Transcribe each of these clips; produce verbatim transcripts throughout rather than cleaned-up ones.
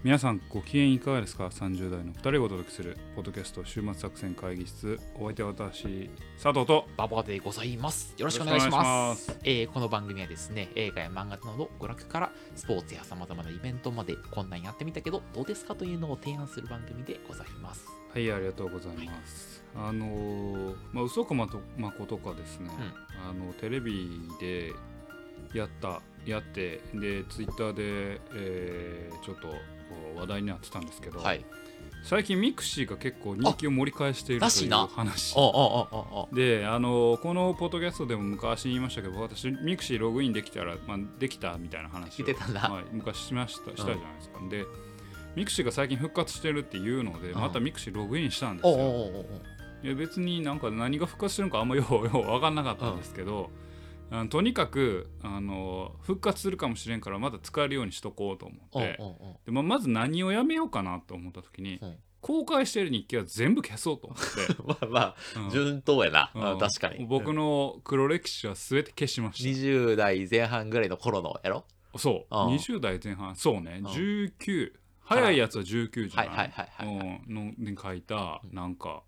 皆さんご機嫌いかがですか。さんじゅう代のふたりがお届けするポッドキャスト週末作戦会議室。お相手は私佐藤とババでございます。よろしくお願いします。えー、この番組はですね、映画や漫画など娯楽からスポーツや様々なイベントまでこんなんやってみたけどどうですかというのを提案する番組でございます。 はい、ありがとうございます。はい、あのー、まあ嘘かまことかですね、うん、あのテレビでやったやってでツイッターで、えー、ちょっと話題になってたんですけど、はい、最近ミクシーが結構人気を盛り返しているという話で、あのこのポッドキャストでも昔言いましたけど、私ミクシーログインできたら、まあ、できたみたいな話を、はい、昔しましたしたじゃないですか、うん、でミクシーが最近復活してるっていうのでまたミクシーログインしたんですよ。いや別になんか何が復活してるのかあんまようよう分かんなかったんですけど、うん、あのとにかくあの復活するかもしれんからまだ使えるようにしとこうと思ってで、まあ、まず何をやめようかなと思った時に、うん、公開してる日記は全部消そうと思ってまあまあ、うん、順当やな、うん、確かに僕の黒歴史は全て消しました。 にじゅう代前半ぐらいの頃のやろ。 そうにじゅう代前半、そうね、じゅうきゅう早いやつはじゅうきゅうじゃないのに書いたなんか、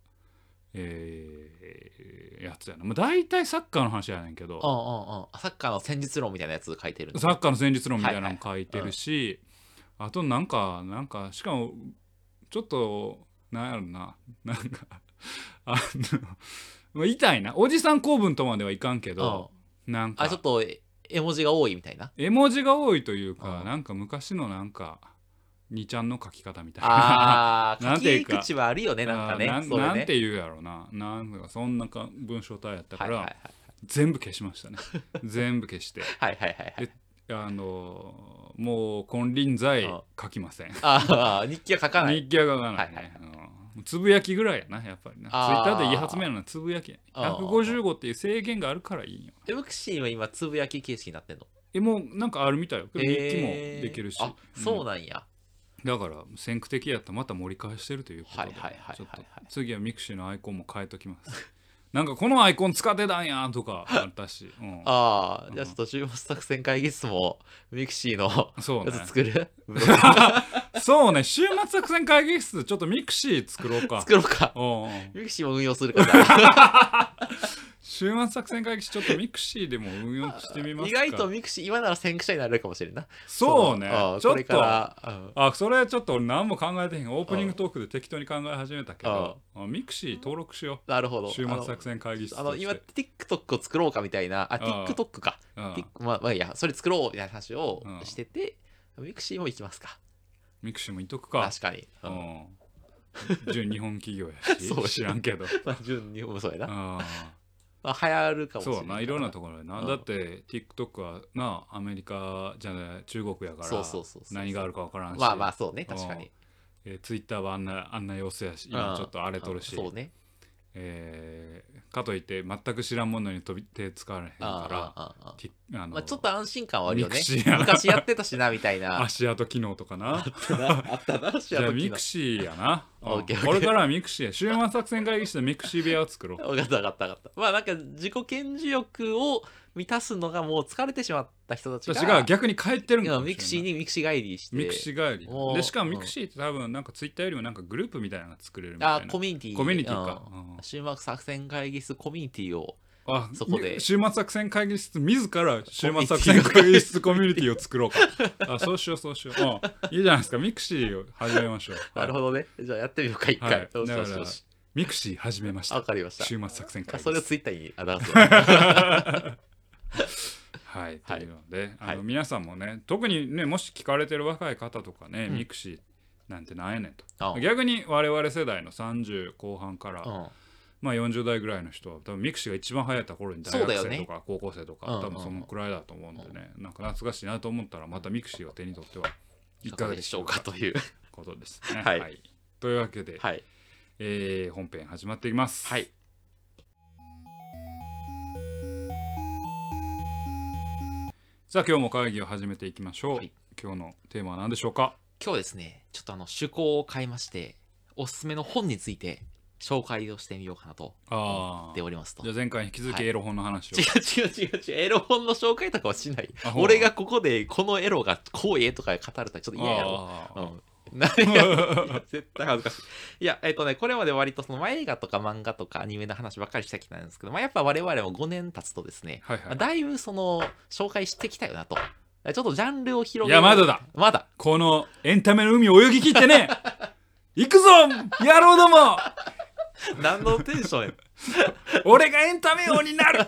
えー、やつやな、まあ、大体サッカーの話やねんけど、 うんうんうん、サッカーの戦術論みたいなやつ書いてるの。 サッカーの戦術論みたいなの書いてるし、はいはいうん、あとなんかなんかしかもちょっとなんやろななんかあの痛いなおじさん構文とまではいかんけど、 うん、 なんかあちょっと絵文字が多いみたいな絵文字が多いというか、うん、なんか昔のなんかにちゃんの書き方みたいなあ書き口はあるよねなんかねな ん, ねなんて言うやろうななんかそんなか文章体やったから、はいはいはいはい、全部消しましたね全部消してはいはいはい、はい、 あのー、もう金輪際書きませんああ日記は書かない日記は書かないね、はいはいはいうん、つぶやきぐらいやなやっぱりなツイッターで言い発明なのはつぶやきひゃくごじゅうごっていう制限があるからいいよ。 エムクシーは今つぶやき形式になってんの？ えもうなんかあるみたいよ。日記もできるし、 えー、あそうなんや、 うん、だから先駆的やったらまた盛り返してるということで、ちょっと次はミクシーのアイコンも変えときますなんかこのアイコン使ってたんやとかあったし、うん、 ああじゃあちょっと週末作戦会議室もミクシーのやつ作るそうね週末作戦会議室ちょっとミクシー作ろうか作ろうかおうおうミクシーも運用するから週末作戦会議室ちょっとミクシーでも運用してみますか。 意外とミクシー今なら先駆者になれるかもしれんな。 そうねちょっとああそれちょっと俺何も考えてへんオープニングトークで適当に考え始めたけどミクシー登録しよう。 なるほど週末作戦会議室あの今 TikTok を作ろうかみたいなあ TikTok かまあまあいいやそれ作ろうみたいな話をしててミクシーも行きますか。 ミクシーもいとくか。 確かにうん純日本企業やしそう知らんけど純日本そうやなあまあ、流行るかもしれない。 そうないろんなところでな、うん、だって TikTok はなアメリカじゃない中国やから何があるか分からんしまあまあそうね確かに、 えー、Twitter はあんなあんな様子やし今ちょっと荒れとるし、 うんうん、そうねえー、かといって全く知らんものに飛び手使われへんからああの、まあ、ちょっと安心感はあるよねや昔やってたしなみたいな足跡機能とかなあったなあったなじゃあミクシーやなこれからはミクシーや週末作戦会議室でミクシー部屋を作ろう。 分かった分かった分かったまあなんか自己顕示欲を満たすのがもう疲れてしまった人たちが私が逆に帰ってるんかもしれない。 ミクシーにミクシー帰りしてミクシー帰りでしかもミクシーって多分なんかツイッターよりもなんかグループみたいなのが作れるみたいなあコミュニティコミュニティか、 うん、週末作戦会議室コミュニティをあそこで週末作戦会議室自ら週末作戦会議室コミュニティを作ろうかあそうしようそうしよう、うん、いいじゃないですかミクシーを始めましょう、はい、 なるほどねじゃあやってみようか一回、はい、よしよしよしミクシー始めました。 わかりました。 週末作戦会議室それをツイッターにあだすはい、というので、はい、あの皆さんもね特にねもし聞かれてる若い方とかね、うん、ミクシーなんてなんやねんと逆に我々世代のさんじゅう後半から、うんまあ、よんじゅう代ぐらいの人は多分ミクシーが一番流行った頃に大学生とか高校生とか、ね、多分そのくらいだと思うんでね、うんうん、なんか懐かしいなと思ったらまたミクシーを手に取ってはいかがでしょうかということですね、はいはい、というわけで、はいえー、本編始まっていきます、 はい、 さあ今日も会議を始めていきましょう、はい、今日のテーマは何でしょうか。 今日ですねちょっとあの趣向を変えましておすすめの本について紹介をしてみようかなと思っておりますと。 じゃあ前回に引き続きエロ本の話を、 はい、違う違う違う違うエロ本の紹介とかはしない。俺がここでこのエロがこうええとか語るとちょっと嫌やろ、うん、 何が絶対恥ずかしい。いや、えっとね、これまで割とその、まあ、映画とか漫画とかアニメの話ばっかりしてきたんですけど、まあ、やっぱ我々もごねん経つとですね、 はいはい、 まあ、だいぶその紹介してきたよなと。ちょっとジャンルを広いげる。 やまだだまだこのエンタメの海を泳ぎ切ってね行くぞ野郎ども何のテンションや俺がエンタメ王になる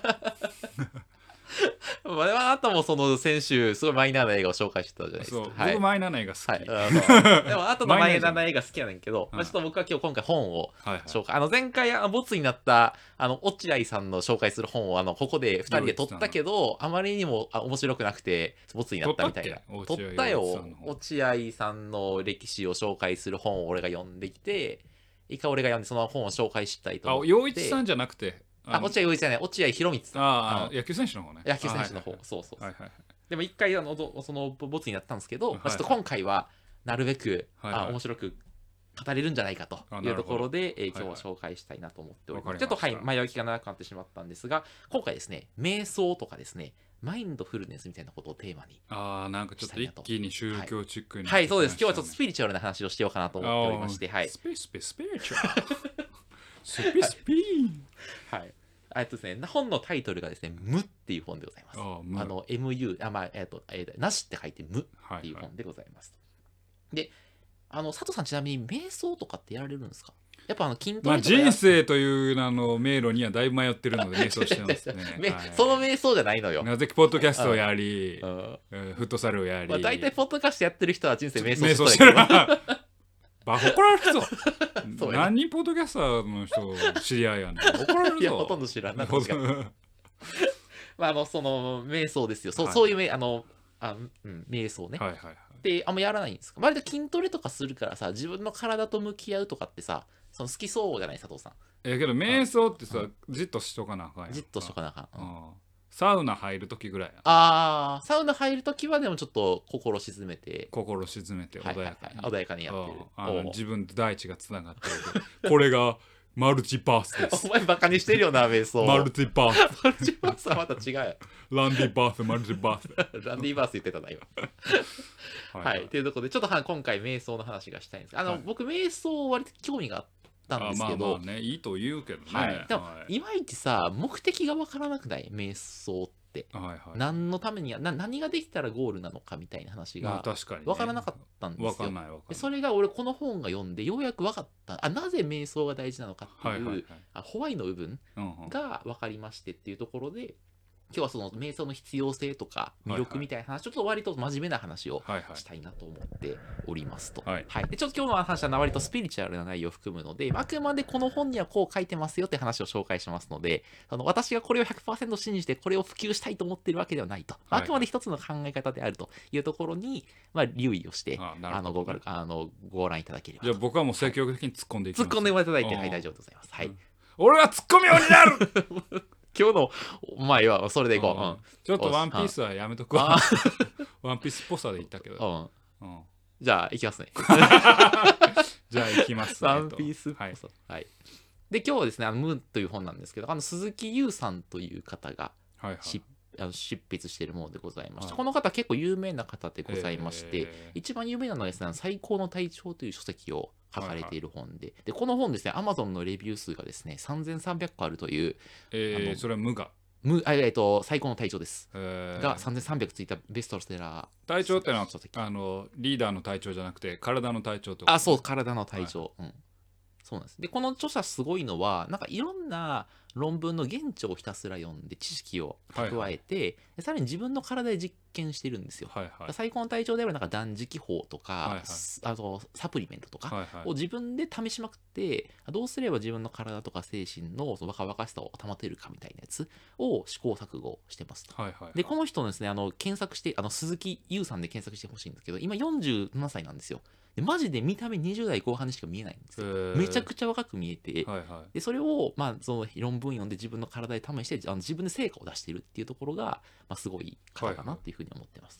我々あともその先週すごいマイナーな映画を紹介してたじゃないですか。 そう、 はい、 僕マイナーな映画好き、 はい、あでもあとのマイナーな映画好きやねんけど、 マイナーじゃんまあ、ちょっと僕は今日今回本をはいはい紹介、あの前回あのボツになったあの落合さんの紹介する本をあのここでふたりで撮ったけどあまりにもあ面白くなくてボツになったみたいな。撮っ撮ったっけたよ。 落合落合さんの歴史を紹介する本を俺が読んできて一回俺が読んでその本を紹介したいと思って。 あ、陽一さんじゃなくてあ、落合陽一じゃない、落合博満さん。 ああ、野球選手の方ね。 野球選手の方、 はいはいはい、 そうそうそう、 はいはいはい、 でも一回あのどそのボツになったんですけど、 はいはいまあ、ちょっと今回はなるべく、 はいはいあ面白く語れるんじゃないかというところで、えー今日は紹介したいなと思っております。 はいはいちょっとはいわかりました前置きが長くなってしまったんですが、今回ですね、瞑想とかですね、マインドフルネスみたいなことをテーマに。 ああ、なんかちょっと一気に宗教チックになってきましたね、 はい、そうです。今日はちょっとスピリチュアルな話をしてようかなと思っておりまして、はい。 スピスピスピリチュアルスピスピはい。えっとですね、本のタイトルがですね、無っていう本でございます。 ああの、エムユー、あ、まあ、えっと、えー、なしって書いて無っていう本でございます。はいはい、で、あの、佐藤さんちなみに瞑想とかってやられるんですか？やっぱあの筋トレとか、 まあ、人生というあの迷路にはだいぶ迷ってるので瞑想してますね、 はい、その瞑想じゃないのよ。 なぜポッドキャストをやり、 うん、 フットサルをやり、 まあ、大体ポッドキャストやってる人は人生瞑想瞑想してるバカ怒られるぞ何人ポッドキャスターの人知り合いやねん怒られるぞ。 いやほとんど知らんなまああのその瞑想ですよ。そう、はい、そういうあのあ、うん、瞑想ね。 はいはいはい。 であんまやらないんですか？割と筋トレとかするからさ、自分の体と向き合うとかってさ、その好きそうじゃない佐藤さん。 えけど瞑想ってさ、うん、じっとしとかなあかんやん。 じっとしとかなあかん。うん、 サウナ入るときぐらいや。 ああ、サウナ入るときはでもちょっと心沈めて。 心沈めて穏やかに。はいはいはい、 穏やかにやってる。 あの自分と大地がつながってる。これがマルチバースです。 お前バカにしてるよな、瞑想。 マルチバース。 マルチバースはまた違う。 ランディバース、マルチバース。ランディバース言ってたな、今。はい、はい。というところで、ちょっと今回瞑想の話がしたいんです。あの、はい、僕、瞑想割と興味があったんですけど。 まあまあね、いいと言うけどね。 はい。でも、はい、いまいちさ、目的がわからなくない？瞑想って。はいはい、何のためにな何ができたらゴールなのかみたいな話が分からなかったんですよ。 分かんない分かんない。 でそれが俺この本が読んでようやく分かったあなぜ瞑想が大事なのかっていう、はいはいはい、あホワイの部分が分かりましてっていうところで、今日はその瞑想の必要性とか魅力みたいな話、はいはい、ちょっと割と真面目な話をしたいなと思っておりますと。はいはい、でちょっと今日の話は割とスピリチュアルな内容を含むので、あくまでこの本にはこう書いてますよって話を紹介しますので、あの私がこれを ひゃくパーセント 信じてこれを普及したいと思っているわけではないと、はいはい、あくまで一つの考え方であるというところに、まあ、留意をしてああの ご, あのご覧いただければと。 じゃあ僕はもう積極的に突っ込んでいきます。 突っ込んでいただいて、はい、大丈夫でございます。はい、 俺は突っ込むようになる今日の前はそれでいこう、うん、 ちょっとワンピースはやめとくわワンピースっぽさで言ったけど、 うんうん、じゃあいきますねじゃあいきますねワンピースっぽさ、はいはい、で今日はですねあのムーンという本なんですけど、あの鈴木優さんという方が、はいはい、あの執筆しているものでございまして、はい、この方結構有名な方でございまして、一番有名なのはですね最高の体調という書籍を書かれている本で、はいはい、でこの本ですね Amazon のレビュー数がですねさんぜんさんびゃっこあるという、 えー、それは無が無あ、えー、と最高の体調です、えー、がさんぜんさんびゃくついたベストセラー。 体調ってのはあのリーダーの体調じゃなくて体の体調とか、ね、 あそう体の体調、はい、うん、そうなんです。でこの著者すごいのはなんかいろんな論文の原著をひたすら読んで知識を蓄えて、はいはい、さらに自分の体で実験してるんですよ、はいはい、最高の体調ではなんか断食法とか、はいはい、あとサプリメントとかを自分で試しまくって、はいはい、どうすれば自分の体とか精神のその若々しさを保てるかみたいなやつを試行錯誤してますと、はいはいはい、でこの人のですねあの検索してあの鈴木優さんで検索してほしいんですけど、今よんじゅうななさいなんですよ。でマジで見た目にじゅうだいこう半にしか見えないんですよ。めちゃくちゃ若く見えて、はいはい、でそれを、まあ、その論文読んで自分の体で試してあの自分で成果を出しているっていうところが、まあ、すごい方だなっていうふうに思ってます。はいはい、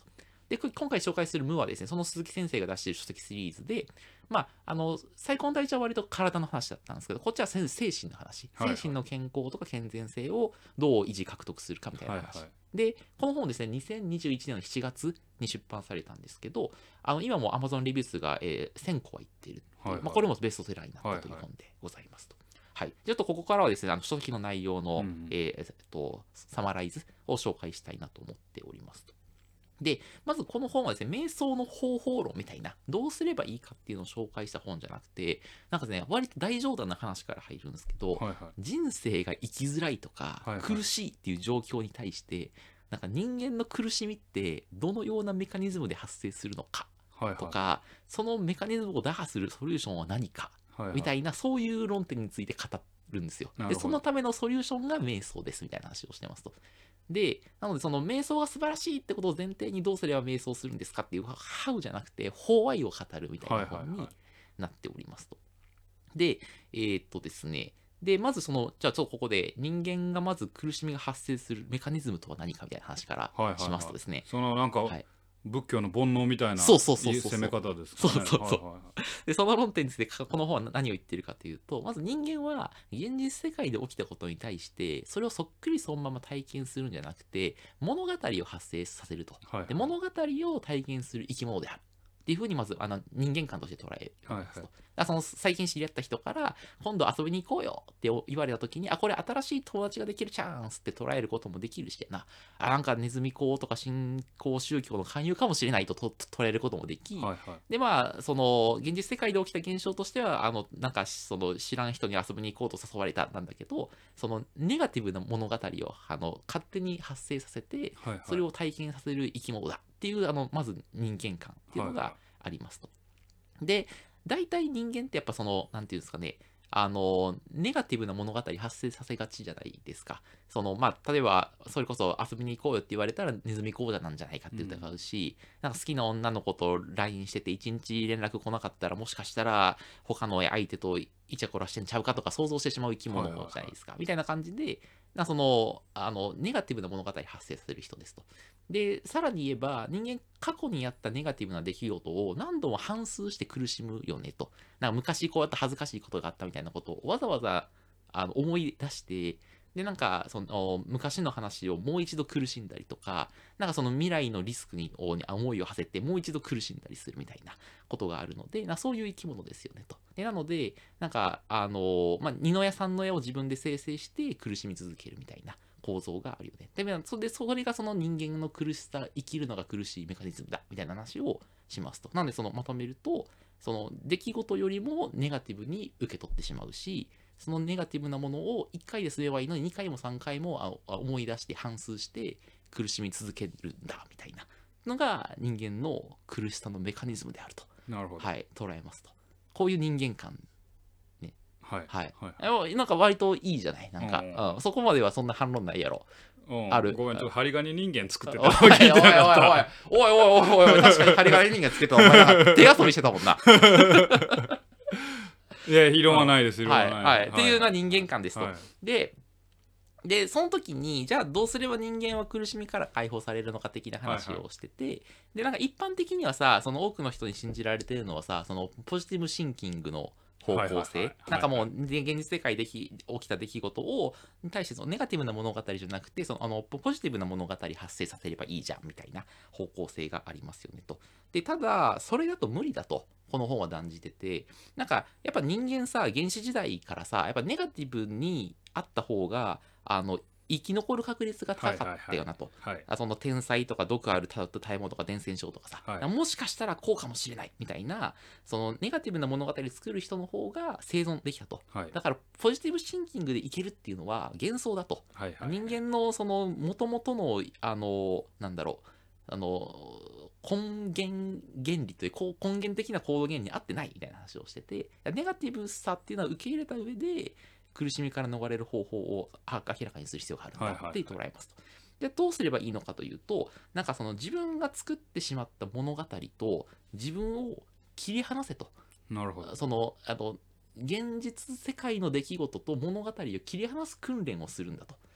で、今回紹介する無はですね、その鈴木先生が出している書籍シリーズで、まあ、あの、最高の第一は割と体の話だったんですけど、こっちは精神の話。 はいはい、 精神の健康とか健全性をどう維持獲得するかみたいな話。はいはい、で、この本ですね、にせんにじゅういちねんのしちがつに出版されたんですけど、あの今も Amazon レビュー数が、えー、せんこはいっているっていう、はいはい、まあ、これもベストセラーになったという本でございますと。はいはい、ちょっとここからはですね、あの書籍の内容の、うん、えー、っとサマライズを紹介したいなと思っておりますと。で、まずこの本はですね、瞑想の方法論みたいな、どうすればいいかっていうのを紹介した本じゃなくて、なんかね、割と大冗談な話から入るんですけど、はいはい、人生が生きづらいとか、はいはい、苦しいっていう状況に対して、なんか人間の苦しみってどのようなメカニズムで発生するのかとか、はいはい、そのメカニズムを打破するソリューションは何か、はいはい、みたいな、そういう論点について語るんですよ。で、そのためのソリューションが瞑想ですみたいな話をしてますと。で、なのでその瞑想が素晴らしいってことを前提にどうすれば瞑想するんですかっていう、How じゃなくて、Why を語るみたいな本になっておりますと。で、えー、っとですね、で、まずその、じゃあちょっとここで人間がまず苦しみが発生するメカニズムとは何かみたいな話からしますとですね。 はいはいはい、そのなんか、はい、仏教の煩悩みたいなそうそうそうそう攻め方ですかね。 そうそうそう、はいはいはい、でその論点についてこの本は何を言ってるかというと、まず人間は現実世界で起きたことに対してそれをそっくりそのまま体験するんじゃなくて物語を発生させると、はいはい、で物語を体験する生き物であるっていうふうにまずあの人間観として捉えると、はいはい、だその最近知り合った人から今度遊びに行こうよって言われた時に、あこれ新しい友達ができるチャンスって捉えることもできるしな、あなんかネズミ講とか新興宗教の勧誘かもしれないとと捉えることもでき、はいはい、でまあその現実世界で起きた現象としてはあのなんかその知らん人に遊びに行こうと誘われたなんだけど、そのネガティブな物語をあの勝手に発生させて、はいはい、それを体験させる生き物だっていうあのまず人間観っていうのがありますと。はいはい、で大体人間ってやっぱそのなんていうんですかね、あのネガティブな物語発生させがちじゃないですか。そのまあ例えばそれこそ遊びに行こうよって言われたらネズミ講座なんじゃないかって疑うし、うん、なんか好きな女の子と ライン してていちにち連絡来なかったらもしかしたら他の相手とイチャコラしてんちゃうかとか想像してしまう生き物じゃないですか、はいはいはい、みたいな感じでなそのあのネガティブな物語発生させる人ですと。でさらに言えば人間過去にやったネガティブな出来事を何度も反芻して苦しむよねと。なんか昔こうやって恥ずかしいことがあったみたいなことをわざわざあの思い出して、でなんかその昔の話をもう一度苦しんだりとか、なんかその未来のリスクに思いを馳せてもう一度苦しんだりするみたいなことがあるので、なそういう生き物ですよねと。でなのでなんかあの、まあ、二の矢三の矢を自分で生成して苦しみ続けるみたいな構造があるよね。でそれそれがその人間の苦しさ、生きるのが苦しいメカニズムだみたいな話をしますと。なのでそのまとめると、その出来事よりもネガティブに受け取ってしまうし、そのネガティブなものをいっかいですればいいのににかいもさんかいも思い出して反芻して苦しみ続けるんだみたいなのが人間の苦しさのメカニズムであると、 なるほど、 はい、捉えますと。こういう人間観ね、 はいはいはい、 なんか割といいじゃない、なんか、うんうん、そこまではそんな反論ないやろ。 うん、ある。ごめん、ちょっと針金人間作ってた。 おいおいおいおいおいおいおい、確かに針金人間作ってた。お前なんか手遊びしてたもんな。 いや、異論はないです、異論はない。 はい、はい、っていうのは人間観ですと。はい、で、で、その時に、じゃあどうすれば人間は苦しみから解放されるのか的な話をしてて、はいはい、で、なんか一般的にはさ、その多くの人に信じられてるのはさ、そのポジティブシンキングの方向性、なんかもう現実世界で起きた出来事をに対してそのネガティブな物語じゃなくて、そのあのポジティブな物語発生させればいいじゃんみたいな方向性がありますよねと。でただそれだと無理だとこの本は断じてて、なんかやっぱ人間さ、原始時代からさ、やっぱネガティブにあった方があの生き残る確率が高かったよなと、はいはいはい、その天才とか毒ある体毛とか伝染症とかさ、はい、もしかしたらこうかもしれないみたいな、そのネガティブな物語作る人の方が生存できたと、はい、だからポジティブシンキングでいけるっていうのは幻想だと、はいはいはい、人間のその元々のあのなんだろうあの根源原理という根源的な行動原理に合ってないみたいな話をしてて、ネガティブさっていうのは受け入れた上で苦しみから逃れる方法を明らかにする必要があるんだって捉えますと。でどうすればいいのかというと、なんかその自分が作ってしまった物語と自分を切り離せと。 なるほど。 そのあの現実世界の出来事と物語を切り離す訓練をするんだと。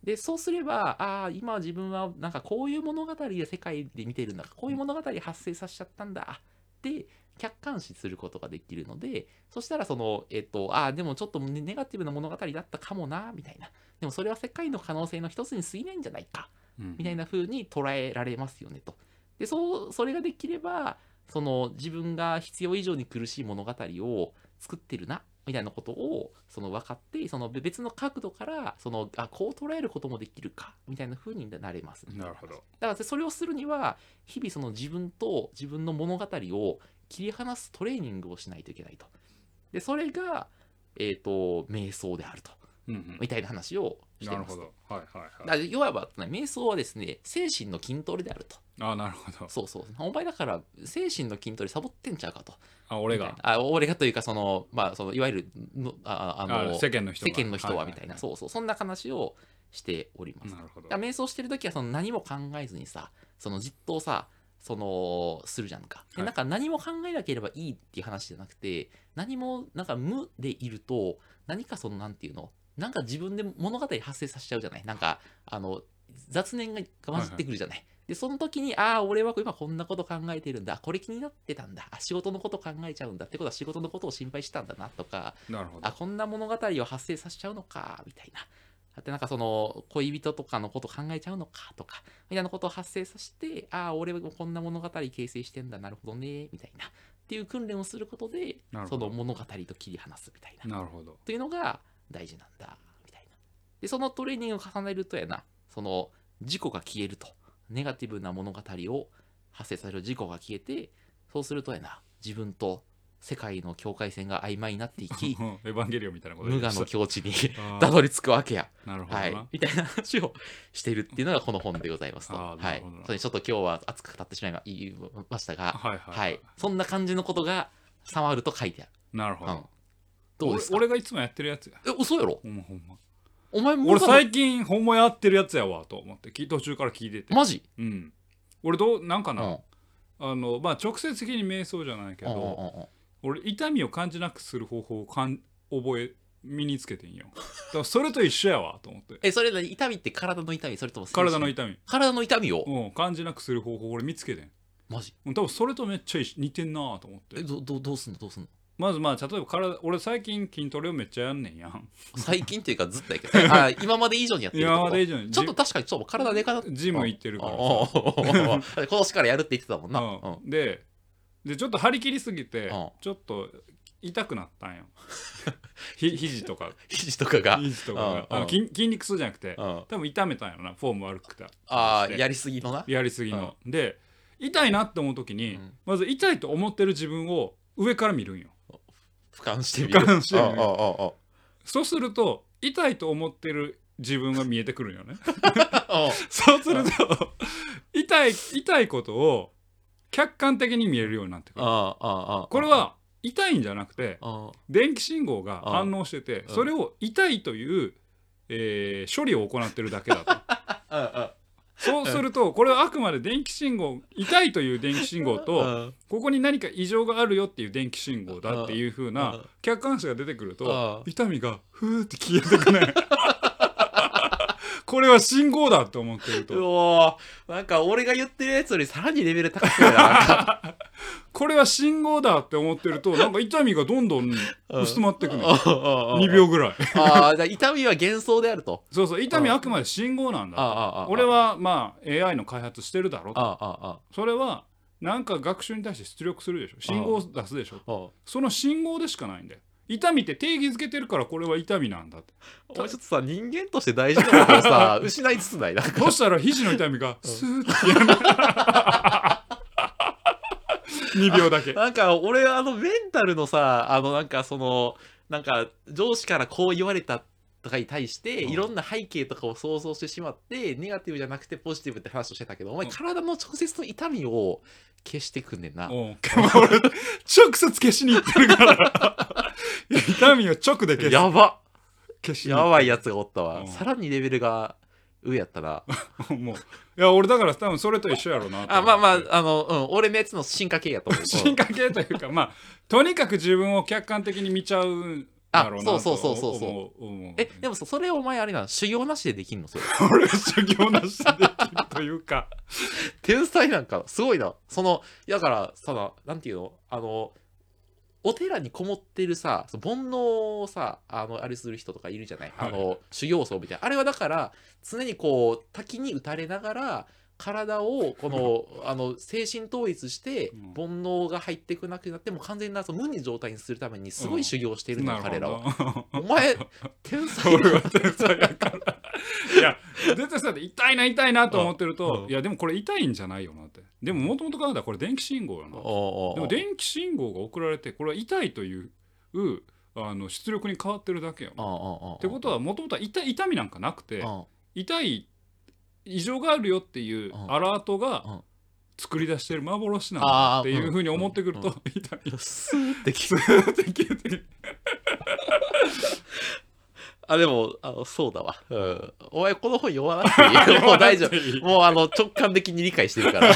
でそうすれば、ああ今自分はなんかこういう物語で世界で見てるんだ、こういう物語発生させちゃったんだって客観視することができるので、そしたらそのえっとああでもちょっとネガティブな物語だったかもなみたいな、でもそれは世界の可能性の一つに過ぎないんじゃないか、うん、みたいな風に捉えられますよねと。でそうそれができれば、その自分が必要以上に苦しい物語を作ってるなみたいなことをその分かって、その別の角度からそのあこう捉えることもできるかみたいな風になれます。 なるほど。 だからそれをするには日々その自分と自分の物語を切り離すトレーニングをしないといけないと。でそれがえっと瞑想であると、うんうん、みたいな話をしています。なるほど。はいはいはい。いわば、ね、瞑想はですね精神の筋トレであると。 あ、なるほど。 そうそう。お前だから精神の筋トレサボってんちゃうかと。 あ、俺が。 あ、俺がというか、その、まあ、そのいわゆるのああのあ世間の人世間の人はみたいな、そうそう、そんな話をしております。 なるほど。 瞑想してるときはその何も考えずにさ、そのじっとさ、そのするじゃんか。でなんか何も考えなければいいっていう話じゃなくて、何もなんか無でいると、何かそのなんていうの、なんか自分で物語発生させちゃうじゃない。なんかあの雑念が混じってくるじゃない。はいはい、でその時に、ああ俺は今こんなこと考えてるんだ、これ気になってたんだ、あ仕事のこと考えちゃうんだってことは仕事のことを心配したんだなとか、 なるほど、 あこんな物語を発生させちゃうのかみたいな、あってなんかその恋人とかのこと考えちゃうのかとかみたいなことを発生させて、ああ俺はこんな物語形成してんだ、なるほどねみたいなっていう訓練をすることで、その物語と切り離すみたいな、 なるほどというのが大事なんだみたいな。でそのトレーニングを重ねるとやな、その自己が消えると、ネガティブな物語を発生させる自己が消えて、そうするとやな、自分と世界の境界線が曖昧になっていきエヴァンゲリオンみたいなこと無我の境地にたどり着くわけや。 なるほどな、 はい、みたいな話をしているっていうのがこの本でございますと。はい、それちょっと今日は熱く語ってしまいましたが、はいはいはいはい、そんな感じのことがさまると書いてある。 なるほど、うん、 どうですか。 俺がいつもやってるやつや。 え、嘘やろ。 ほんまほんま。 お前も俺最近ほんまやってるやつやわと思って途中から聞いてて。 マジ。 うん。俺どうなんかな、うん、あのまあ直接的に瞑想じゃないけど、うんうんうん、俺痛みを感じなくする方法をかん覚え身につけてんよ。だからそれと一緒やわと思って。 え、それ何、痛みって体の痛み、それとも体の痛み。 体の痛みを、 うん、感じなくする方法俺見つけてん。 マジ。 多分それとめっちゃ似てんなと思って。 え、どどどうすんのどうすんの。 まずまあ例えば体、俺最近筋トレをめっちゃやんねんやん。 最近っていうかずっとやけど、あ今まで以上にやってる。 今まで以上に。 ちょっと確かにちょっと体でかなって。 ジム行ってるから今年からやるって言ってたもんな。 うん、ででちょっと張り切りすぎて、うん、ちょっと痛くなったんよ。ひ肘とか肘とかが肘とかが、うん、あの 筋, 筋肉痛じゃなくて、うん、多分痛めたんやろな、フォーム悪くて。 ああやりすぎのなやりすぎの、うん、で痛いなって思う時に、うん、まず痛いと思ってる自分を上から見るんよ。 俯瞰してみる。 俯瞰してみる。ああああ、そうすると痛いと思ってる自分が見えてくるんよね。そうすると痛い痛いことを客観的に見えるようになってくる。あああこれは痛いんじゃなくて電気信号が反応してて、それを痛いという、えー、処理を行ってるだけだと。そうするとこれはあくまで電気信号、痛いという電気信号とここに何か異常があるよっていう電気信号だっていう風な客観視が出てくると痛みがふーって消えてくね。これは信号だって思ってると、 うおなんか俺が言ってるやつよりさらにレベル高くな。 これは信号だって思ってるとなんか痛みがどんどん薄まってくね。にびょうぐらい。 ああ、じゃあ痛みは幻想であると。 そうそう、痛みはあくまで信号なんだと。俺はまあ エーアイ の開発してるだろうと。それはなんか学習に対して出力するでしょ、信号を出すでしょ。その信号でしかないんだよ。痛みって定義づけてるからこれは痛みなんだって。 お前ちょっとさ人間として大事なことをさ失いつつない。なんかどうしたら肘の痛みがスーッて消える。にびょうだけ。 なんか俺あのメンタルのさあのなんかそのなんか上司からこう言われたとかに対して、うん、いろんな背景とかを想像してしまってネガティブじゃなくてポジティブって話をしてたけど、お前体の直接の痛みを消してくんねんな。 俺直接消しに行ってるから。痛みを直で消す。 やば消しやばいやつがおったわ、うん、さらにレベルが上やったな。 もういや俺だから多分それと一緒やろうな。 あまあまああの、うん、俺のやつの進化系やと思う。 進化系というかまあとにかく自分を客観的に見ちゃうだろうなとそうそうそうそうそう思う思うえでもそれお前あれなの修行なしでできんのそれ俺は修行なしでできるというか天才なんかすごいなそのだからさなんていうのあのお寺にこもってるさ煩悩をさあのあれする人とかいるじゃない、はい、あの修行僧みたいなあれはだから常にこう滝に打たれながら体をこのあの精神統一して煩悩が入ってこなくなっても完全なその無に状態にするためにすごい修行しているの、うん、彼らはお前天才俺は天才やからいや絶対さ痛いな痛いなと思ってると、うん、いやでもこれ痛いんじゃないよなってでももともと考えたらこれ電気信号よなでも電気信号が送られてこれは痛いというあの出力に変わってるだけよなってことはもともとは 痛, 痛みなんかなくて痛い異常があるよっていうアラートが作り出してる幻なんだっていうふうに思ってくると痛みスーって消えてるあでもあのそうだわ、うん、お前この本読まなくていいもう大丈夫もうあの直感的に理解してるから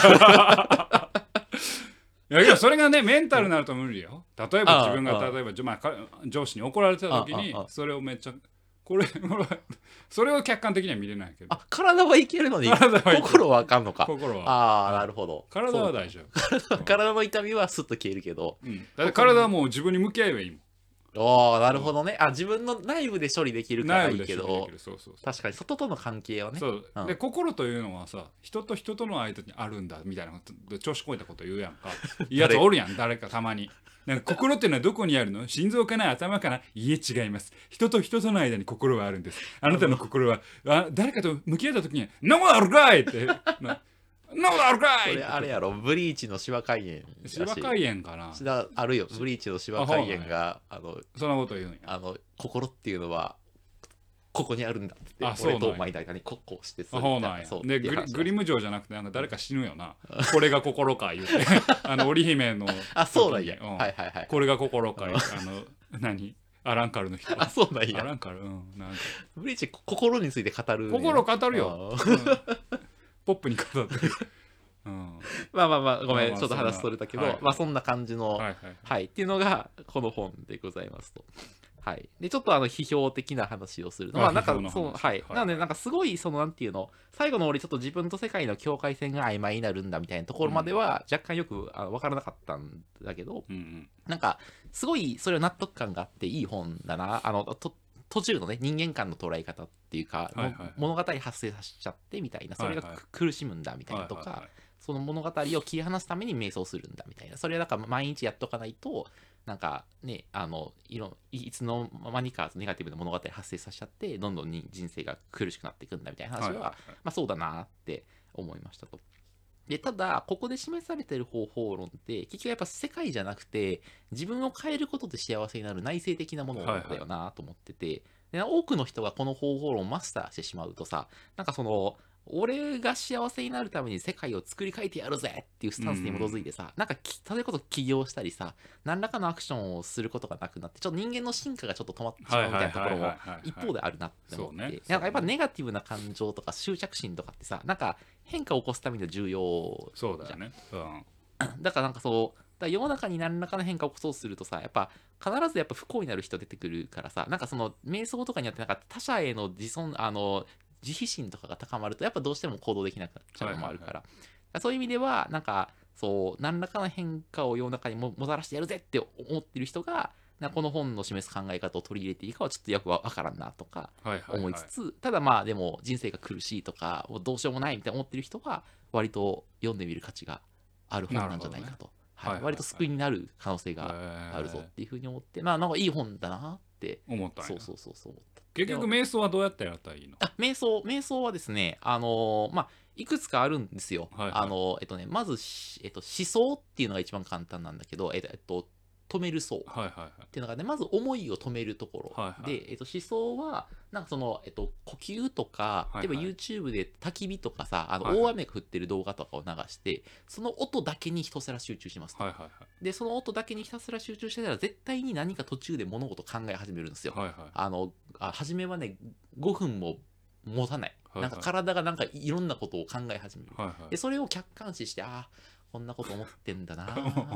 いやいやそれがねメンタルになると無理よ例えば自分が例えば、まあ、上司に怒られてた時にそれをめっちゃこれそれを客観的には見れないけどあ体はいけるのに心はあかんのか心はああなるほど体は大丈夫体, 体の痛みはスッと消えるけど、 うん、だって体はもう自分に向き合えばいいもんおーなるほどねあ自分の内部で処理できるからいいけどそうそうそう確かに外との関係はねそう、うん、で心というのはさ人と人との間にあるんだみたいな調子こいたこと言うやんかいいやつおるやん誰かたまになんか心っていうのはどこにあるの心臓かな頭かないえ違います人と人との間に心はあるんですあなたの心はあ誰かと向き合った時に「なもあるかい!」って「なもあるかい!」 これあれやろブリーチの芝海炎芝海炎かなあるよブリーチの芝海炎があのそんなこと言うんやあの心っていうのはここにあるんだって言って俺とお前の間にここしてそうなんやでグリ、グリム城じゃなくてなんか誰か死ぬよなこれが心か言うてあの織姫のあそうなんや、うん、はいはいはいこれが心か言うてあの何アランカルの人あそうなんやアランカルうんなんかブリーチ心について語る、 ね、心語るよ、うん、ポップに語ってるうん、 まあまあまあごめん、まあまあ、ちょっと話それたけど、はい、まあそんな感じの、はいはいはいはい、っていうのがこの本でございますと。はい、でちょっとあの批評的な話をすると、まあなんかそうはい、はい、なのでなんかすごいそのなんていうの最後の俺ちょっと自分と世界の境界線が曖昧になるんだみたいなところまでは若干よくあの分からなかったんだけど、うんうん、なんかすごいそれは納得感があっていい本だなあのと途中のね人間観の捉え方っていうか、はいはい、物語発生させちゃってみたいなそれが、はいはい、苦しむんだみたいなとか、はいはいはい、その物語を切り離すために瞑想するんだみたいなそれはだから毎日やっとかないとなんかねあの い, のいつの間にかネガティブな物語発生させちゃってどんどんに人生が苦しくなっていくんだみたいな話は、はいはいはい、まあそうだなって思いましたと。でただここで示されている方法論って結局やっぱ世界じゃなくて自分を変えることで幸せになる内省的なものだよなと思ってて、はいはいで多くの人がこの方法論をマスターしてしまうとさなんかその俺が幸せになるために世界を作り変えてやるぜっていうスタンスに基づいてさ、うん、なんかそれこそ起業したりさ何らかのアクションをすることがなくなってちょっと人間の進化がちょっと止まってしまうみたいなところも一方であるなって思って、ね、なんかやっぱネガティブな感情とか執着心とかってさなんか変化を起こすためには重要じゃん。 そうだよね、うん、 だからなんかそうだから世の中に何らかの変化を起こそうとするとさやっぱ必ずやっぱ不幸になる人出てくるからさなんかその瞑想とかによってなんか他者への自尊あの自費心とかが高まるとやっぱどうしても行動できなくなっちゃうのもあるから、はいはいはい、そういう意味ではなんかそう何らかの変化を世の中にももたらしてやるぜって思ってる人がなんかこの本の示す考え方を取り入れていいかはちょっとよくわからんなとか思いつつ、はいはいはい、ただまあでも人生が苦しいとかもうどうしようもないみたいな思ってる人は割と読んでみる価値がある本なんじゃないかと、はいはいはいはい、割と救いになる可能性があるぞっていうふうに思ってまあなんかいい本だなって思ったんや。 そうそうそうそう思った。 結局瞑想はどうやってやったらいいの？ あ瞑想瞑想はですねあのー、まあいくつかあるんですよ。はいはい、あのえっとねまず、えっと、思想っていうのが一番簡単なんだけどえっと、えっと止める層っていうのがねまず思いを止めるところ、はいはい、で、えっと、思想はなんかその、えっと、呼吸とか、はいはい、例えば YouTube で焚き火とかさあの大雨が降ってる動画とかを流して、はいはい、その音だけにひたすら集中しますと、はいはいはい、でその音だけにひたすら集中してたら絶対に何か途中で物事考え始めるんですよ、はいはい、あのあ初めはねごふんも持たない、はいはい、なんか体がなんかいろんなことを考え始める、はいはい、でそれを客観視してああこんなこと思ってんだな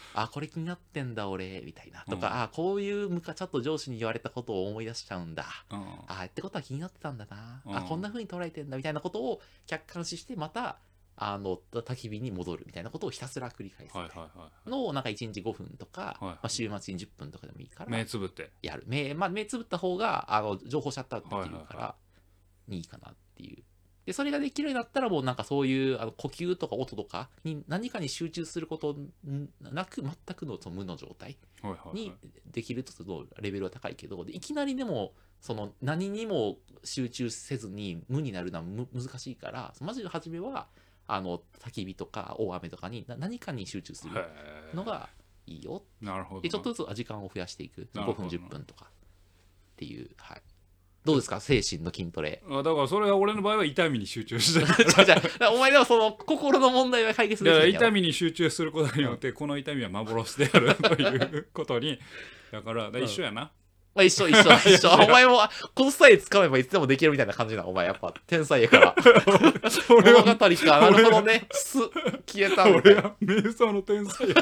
あこれ気になってんだ俺みたいなとか、 うん、 あこういうむかちょっと上司に言われたことを思い出しちゃうんだ、 うん、 あってことは気になってたんだな、 うん、 あこんな風に捉えてんだみたいなことを客観視してまたあの焚き火に戻るみたいなことをひたすら繰り返すのをなんかいちにちごふんとか、はいはいまあ、週末にじゅっぷんとかでもいいから目つぶってやる目、まあ、目つぶった方があの情報シャットアウトできるからいいかなっていう。でそれができるようになったらもうなんかそういうあの呼吸とか音とかに何かに集中することなく全く の, その無の状態にできるとそのレベルは高いけど、でいきなりでもその何にも集中せずに無になるのはむ難しいから、マジで初めはあの焚き火とか大雨とかに何かに集中するのがいいよ。 なるほど。 でちょっとずつ時間を増やしていくごふんじゅっぷんとかっていう、はい、どうですか精神の筋トレ。 あだからそれは俺の場合は痛みに集中してるじゃあお前でもその心の問題は解決できない。 だから痛みに集中することによってこの痛みは幻であるということにだから一緒やな、 まあ、一緒一緒一緒お前もこのさえ使えばいつでもできるみたいな感じな。お前やっぱ天才やから物語か。なるほどね。す消えたん俺は瞑想の天才や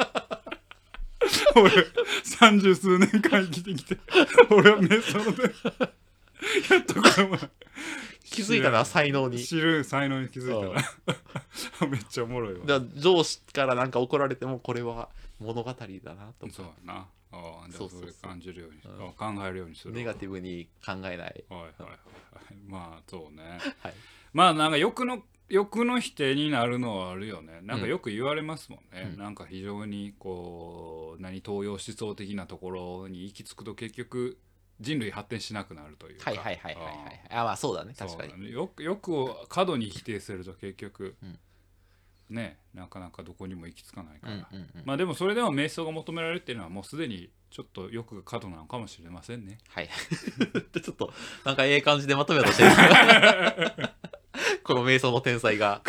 俺三十数年間生きてきて俺は瞑想の天才やっとこの前気づいたな才能に。 知る才能に気づいたなめっちゃおもろいわ。 だ上司からなんか怒られてもこれは物語だなとか。 そうやな。ああ、そうそうそう感じるように、うん、考えるようにする。 ネガティブに考えない。はいはいはい、はい、まあそうね、 はい、 まあなんか欲の欲の否定になるのはあるよね。なんかよく言われますもんね、うん、なんか非常にこう何東洋思想的なところに行き着くと結局人類発展しなくなるというか。 はいはいはいはいはい。ああまあそうだね確かに。 ね、よくよくを過度に否定すると結局、うんね、なかなかどこにも行き着かないから、うんうんうん、まあでもそれでも瞑想が求められるっていうのはもうすでにちょっと欲が過度なのかもしれませんね。 はいちょっとなんかええ感じでまとめようとしてるこの瞑想の天才が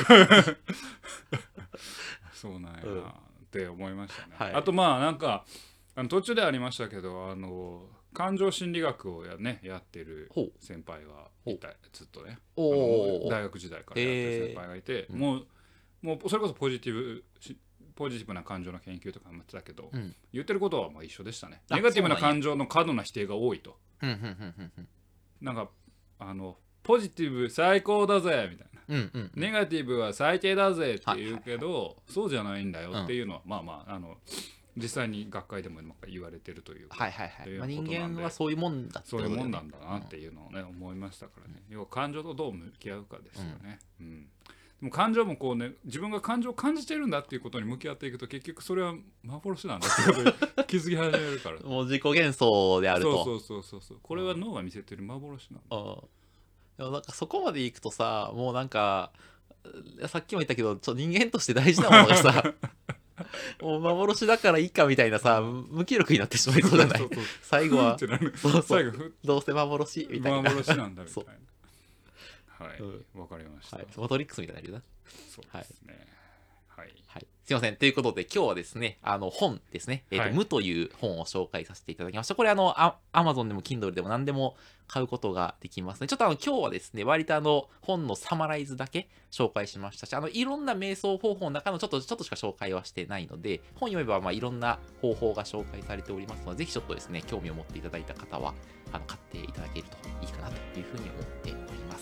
そうなんやなって思いましたね、 はい、 あとまあなんかあの途中でありましたけどあの感情心理学を や,、ね、やってる先輩がいたずっとね大学時代からやってる先輩がいて、えー、もうもうそれこそポジティブポジティブな感情の研究とかもやってたけど、うん、言ってることはまあ一緒でしたね。ネガティブな感情の過度な否定が多いと。なんかあのポジティブ最高だぜみたいな、うんうんうん、ネガティブは最低だぜって言うけど、はいはいはい、そうじゃないんだよっていうのは、うん、まあまああの実際に学会でも言われてるというか、 はいはいはい、まあ、人間はそういうもんだってことだよね。 そういうもんなんだなっていうのをね、うん、思いましたからね。要は感情とどう向き合うかですよね、うんうんでも感情もこうね自分が感情を感じてるんだっていうことに向き合っていくと結局それは幻なんだってことに気づき始めるからもう自己幻想であると。 そうそうそうそうこれは脳が見せてる幻なんだ。 あでもなんかそこまでいくとさもうなんかさっきも言ったけどちょ人間として大事なものがさもう幻だからいいかみたいなさ無気力になってしまいそうじゃない。最後はそうそうどうせ幻みたいな幻なんだみたいなはい、わ、うん、かりました、 はい。マトリックスみたいなな。 そうですね。はい。 はい。すいません。ということで、今日はですね、あの本ですね、えーとはい、無という本を紹介させていただきました。これ、あの、アマゾンでも Kindle でも何でも買うことができますね。ちょっとあの今日はですね、割とあの本のサマライズだけ紹介しましたし、あのいろんな瞑想方法の中のちょっとちょっとしか紹介はしてないので、本読めばまあいろんな方法が紹介されておりますので、ぜひちょっとですね、興味を持っていただいた方は、あの買っていただけるといいかなというふうに思っております。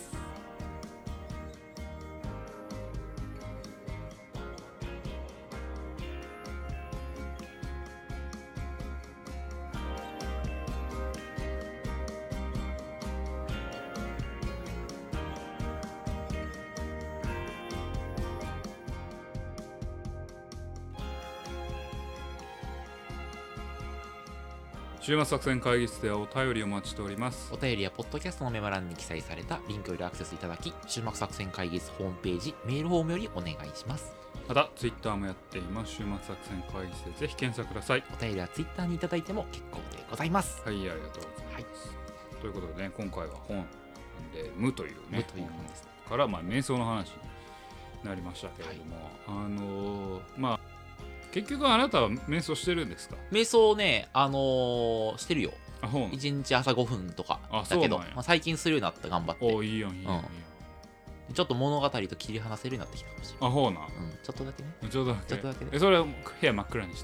週末作戦会議室ではお便りをお待ちしております。 お便りはポッドキャストのメモ欄に記載されたリンクよりアクセスいただき、週末作戦会議室ホームページメールフォームよりお願いします。 またツイッターもやっています。週末作戦会議室でぜひ検索ください。 お便りはツイッターにいただいても結構でございます。 はい、ありがとうございます、はい、ということでね、今回は本で無というね無という本です、ね、 からまあ瞑想の話になりましたけれども、はい、あのー、まあ結局あなたは瞑想してるんですか？ 瞑想ね、あのー、してるよ。 あ、ほんいちにち朝ごふんとかだけど、まあ、最近するようになった頑張って。 おいいよいいよ、 うん、ちょっと物語と切り離せるようになってきたかもしれない。 あ、ほうな、 うん、ちょっとだけね。 ちょっとだけ。 ちょっとだけね。 え、それは部屋真っ暗にして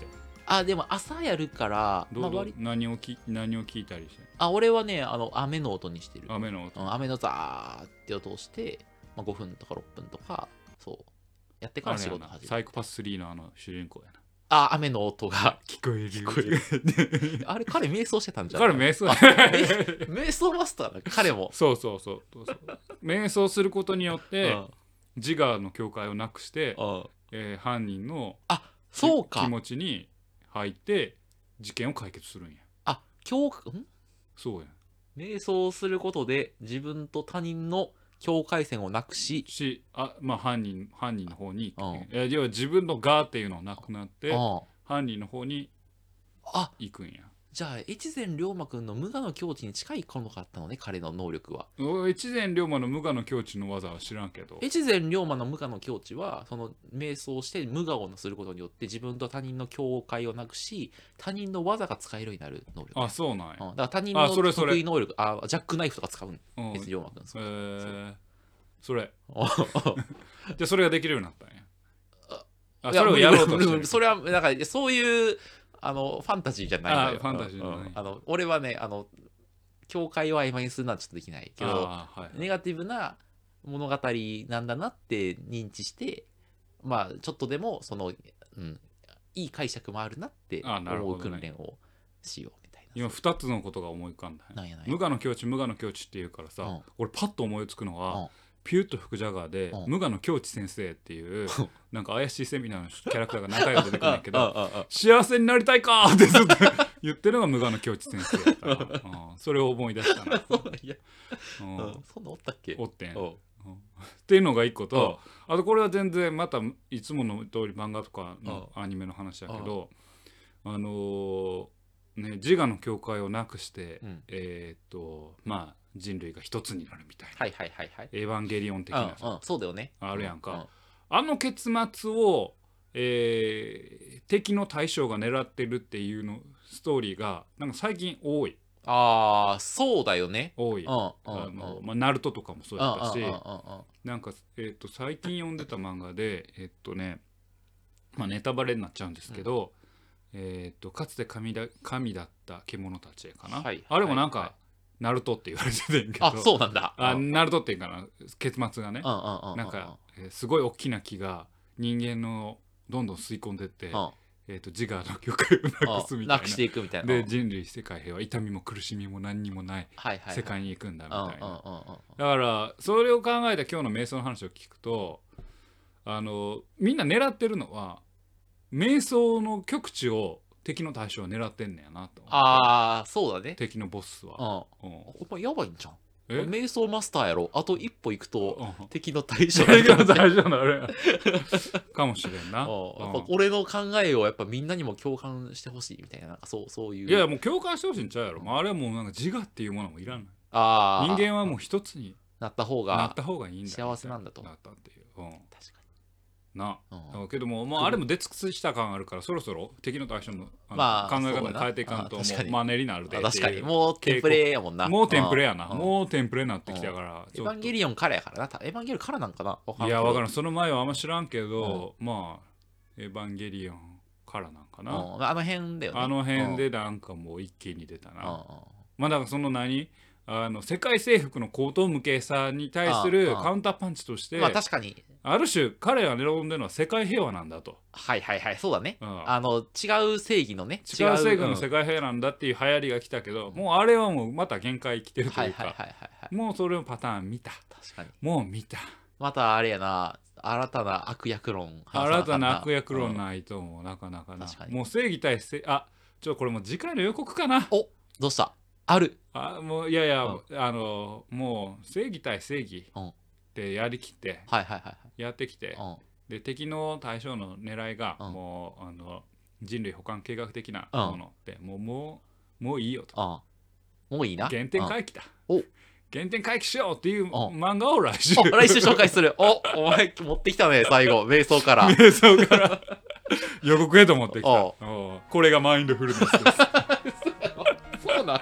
あでも朝やるからどうどう、 まあ、割何をき何を聞いたりしてる？ あ俺はねあの雨の音にしてる。 雨の音、 うん、雨のザーって音をして、まあ、ごふんとかろっぷんとかそうやってから仕事始める。 サイコパススリーのあの主人公やな。 あ雨の音が聞こえる聞こえるあれ彼瞑想してたんじゃん。 彼瞑想瞑想マスターだ彼も。 そうそうそうそうそう瞑想することによって、 うん、 自我の境界をなくして、 うんえー、犯人のあそうか気持ちに入って事件を解決するんや。 あ境界んそうや瞑想することで自分と他人の境界線をなくししあ、まあ、犯人犯人の方に、 うん、 いや要は自分の我っていうのなくなってうん、 犯人の方に行くんや。 じゃあ越前龍馬くんの無我の境地に近いものがあったのね彼の能力は。 越前龍馬の無我の境地の技は知らんけど、 越前龍馬の無我の境地はその瞑想して無我をすることによって自分と他人の境界をなくし他人の技が使えるようになる能力。 あそうなんや、 うん、だから他人のそれそれ得意能力あジャックナイフとか使うんうん越前龍馬くん。 えー、それそじゃあそれができるようになったんや。ああそれをやろうとしてる。 それはだからそういうあのファンタジーじゃないのよ。 あファンタジーじゃない、 うん、あの俺はねあの境界を曖昧にするのはちょっとできないけど、 はい、 ネガティブな物語なんだなって認知してまあちょっとでもその、うん、いい解釈もあるなって思う訓練をしようみたいな。 今ふたつのことが思い浮かんだ、ね、 なんやなんや無我の境地無我の境地っていうからさ、うん、俺パッと思いつくのは、うん、ピューッと福ジャガーで、うん、無我の境地先生っていうなんか怪しいセミナーのキャラクターが何回も出てくるんだけど幸せになりたいかーってずっと言ってるのが無我の境地先生だったら、うん、それを思い出したな。 いや、うんうん、そんなおったっけ。 おってん、うん、っていうのが一個と、あとこれは全然またいつもの通り漫画とかのアニメの話だけど、あのーね、自我の境界をなくして、うん、えー、っとまあ人類が一つになるみたいな、 はいはいはいはい、 エヴァンゲリオン的な、 うんうん、そうだよね、 あるやんか、 うんうん、 あの結末を、えー、敵の大将が狙ってるっていうのストーリーがなんか最近多い。 ああそうだよね、 多い、うんうんうん、あのまあ、ナルトとかもそうやったし、うんうんうんうん、なんか、えー、と最近読んでた漫画でえっとね、まあ、ネタバレになっちゃうんですけど、うん、えー、とかつて 神 だ, 神だった獣たちかな、はいはい、あれもなんか、はい、ナルトって言われててんけど、 あそうなんだ、 あナルトっていうかな結末がね、うんうんうんうん、なんか、えー、すごい大きな木が人間のどんどん吸い込んでって、うんえー、と自我の境界をなくすみたいな、 なくしていくみたいな、 で人類世界平和痛みも苦しみも何にもない世界に行くんだみたいな、だからそれを考えた今日の瞑想の話を聞くと、あのみんな狙ってるのは瞑想の極致を敵の対象は狙ってんねやなと。 ああそうだね、 敵のボスは、 うん、お前やばいんじゃん、瞑想マスターやろ、あと一歩行くと敵の対象敵の対象になるかもしれんな。やっぱ俺の考えをやっぱみんなにも共感してほしいみたいな、なんかそうそういう。 いやもう共感してほしいんちゃうやろ、まあ、あれはもうなんか自我っていうものもいらない。あ人間はもう一つになった方がなった方がいいんだ、 幸せなんだとなったっていう、うん、確かにな、 うん、けども、もうあれも出尽くした感あるからそろそろ敵の対象の、まあ、考え方変えていかんともうマネになるで。 確かにもうテンプレやもんな。 もうテンプレやな、もうテンプレになってきたから。 エヴァンゲリオンからやからな。エヴァンゲリオンからなんかな。 いや分からん、その前はあんま知らんけど、うん、まあエヴァンゲリオンからなんかな、 うん、あの辺だよね。 あの辺でなんかもう一気に出たな、うん、まあだからその何あの世界征服の高等無形さに対するカウンターパンチとして、 まあ確かにある種彼が狙んでるのは世界平和なんだと。 はいはいはいそうだね、うん、あの違う正義のね違う正義の世界平和なんだっていう流行りが来たけど、うん、もうあれはもうまた限界来てるというか、もうそれのパターン見た。 確かにもう見た。 またあれやな、新たな悪役論新たな悪役論ないともうなかなかな、もう正義対正あちょっとこれもう次回の予告かな。 おどうしたあるあもういやいや、うん、あのもう正義対正義ってやりきって、 うん、はいはいはい、 やってきて、うん、で敵の対象の狙いが、うん、もうあの人類補完計画的なもので、うん、もうもうもういいよと、 うん、もういいな原点回帰だ、 うん、お原点回帰しようっていう漫画を来週来週紹介する。おお前持ってきたね最後瞑想から瞑想から予告へと持ってきた。おおこれがマインドフルネスですそうなん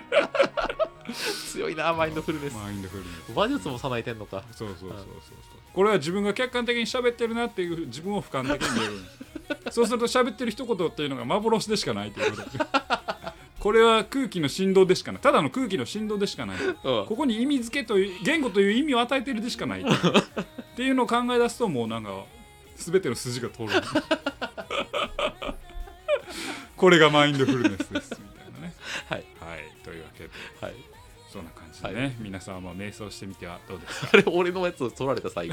強いなマインドフルネス。 マインドフルネス馬術も備えてんのか。 そうそうそうそうそう、これは自分が客観的に喋ってるなっていう自分を俯瞰的に見えるそうすると喋ってる一言っていうのが幻でしかないということでこれは空気の振動でしかない、ただの空気の振動でしかない、うん、ここに意味付けという言語という意味を与えてるでしかないっていうのを考え出すともうなんか全ての筋が通るこれがマインドフルネスですみたいなねはい、 はい、というわけで、 はい、 そんな感じでね、はい、皆さんも瞑想してみてはどうですか。 あれ俺のやつを取られた最後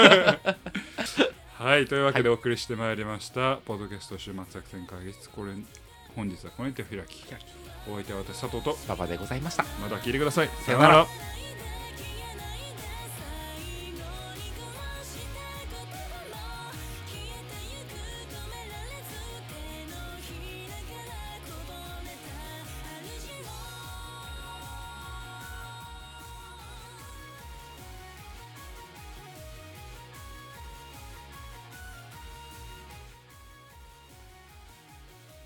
はい、というわけでお送りしてまいりました、はい、ポッドキャスト週末作戦会議室、これ本日はこれにて開き、お相手は私佐藤と馬場でございました。 また聞いてください。 さよなら。